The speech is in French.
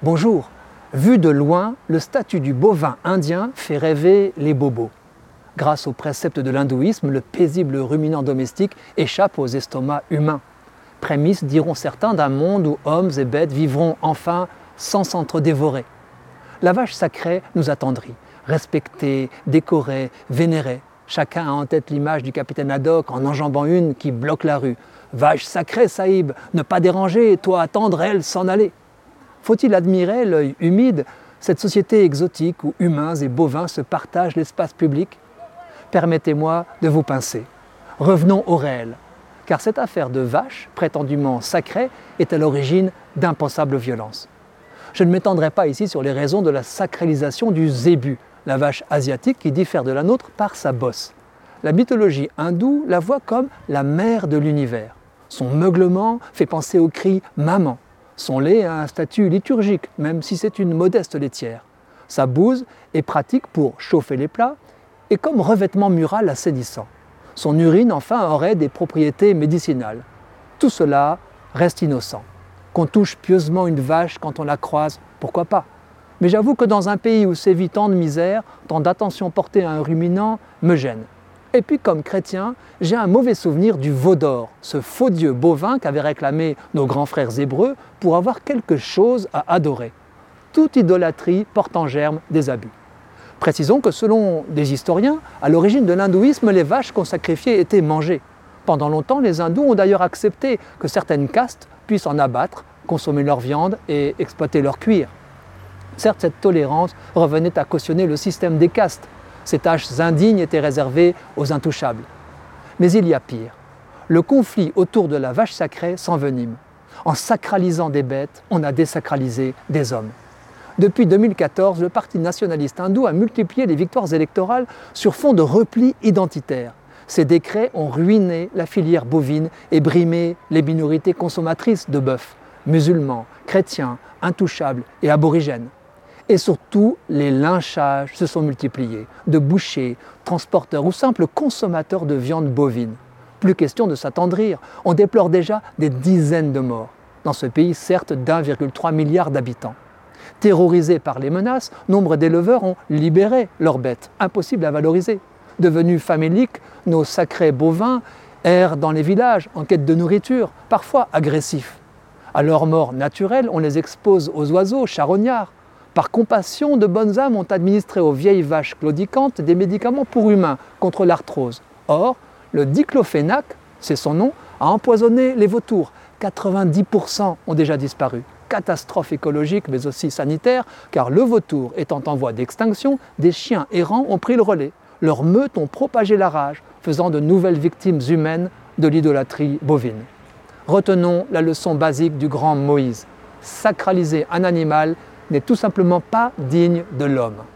Bonjour. Vu de loin, le statut du bovin indien fait rêver les bobos. Grâce aux préceptes de l'hindouisme, le paisible ruminant domestique échappe aux estomacs humains. Prémisse, diront certains, d'un monde où hommes et bêtes vivront enfin sans s'entre-dévorer. La vache sacrée nous attendrit, respectée, décorée, vénérée. Chacun a en tête l'image du capitaine Haddock en enjambant une qui bloque la rue. « Vache sacrée, Saïb, ne pas déranger, toi attendre, elle s'en aller !» Faut-il admirer l'œil humide, cette société exotique où humains et bovins se partagent l'espace public? Permettez-moi de vous pincer. Revenons au réel, car cette affaire de vache, prétendument sacrée, est à l'origine d'impensables violences. Je ne m'étendrai pas ici sur les raisons de la sacralisation du zébu, la vache asiatique qui diffère de la nôtre par sa bosse. La mythologie hindoue la voit comme la mère de l'univers. Son meuglement fait penser au cri « maman ». Son lait a un statut liturgique, même si c'est une modeste laitière. Sa bouse est pratique pour chauffer les plats et comme revêtement mural assainissant. Son urine, enfin, aurait des propriétés médicinales. Tout cela reste innocent. Qu'on touche pieusement une vache quand on la croise, pourquoi pas? Mais j'avoue que dans un pays où sévit tant de misère, tant d'attention portée à un ruminant me gêne. Et puis comme chrétien, j'ai un mauvais souvenir du veau d'or, ce faux dieu bovin qu'avaient réclamé nos grands frères hébreux pour avoir quelque chose à adorer. Toute idolâtrie porte en germe des abus. Précisons que selon des historiens, à l'origine de l'hindouisme, les vaches qu'on sacrifiait étaient mangées. Pendant longtemps, les hindous ont d'ailleurs accepté que certaines castes puissent en abattre, consommer leur viande et exploiter leur cuir. Certes, cette tolérance revenait à cautionner le système des castes. Ces tâches indignes étaient réservées aux intouchables. Mais il y a pire. Le conflit autour de la vache sacrée s'envenime. En sacralisant des bêtes, on a désacralisé des hommes. Depuis 2014, le Parti nationaliste hindou a multiplié les victoires électorales sur fond de repli identitaire. Ces décrets ont ruiné la filière bovine et brimé les minorités consommatrices de bœuf, musulmans, chrétiens, intouchables et aborigènes. Et surtout, les lynchages se sont multipliés, de bouchers, transporteurs ou simples consommateurs de viande bovine. Plus question de s'attendrir, on déplore déjà des dizaines de morts, dans ce pays certes d'1,3 milliard d'habitants. Terrorisés par les menaces, nombre d'éleveurs ont libéré leurs bêtes, impossibles à valoriser. Devenus faméliques, nos sacrés bovins errent dans les villages en quête de nourriture, parfois agressifs. À leur mort naturelle, on les expose aux oiseaux charognards. Par compassion, de bonnes âmes ont administré aux vieilles vaches claudicantes des médicaments pour humains contre l'arthrose. Or, le diclofénac, c'est son nom, a empoisonné les vautours. 90% ont déjà disparu. Catastrophe écologique mais aussi sanitaire, car le vautour étant en voie d'extinction, des chiens errants ont pris le relais. Leurs meutes ont propagé la rage, faisant de nouvelles victimes humaines de l'idolâtrie bovine. Retenons la leçon basique du grand Moïse. Sacraliser un animal n'est tout simplement pas digne de l'homme.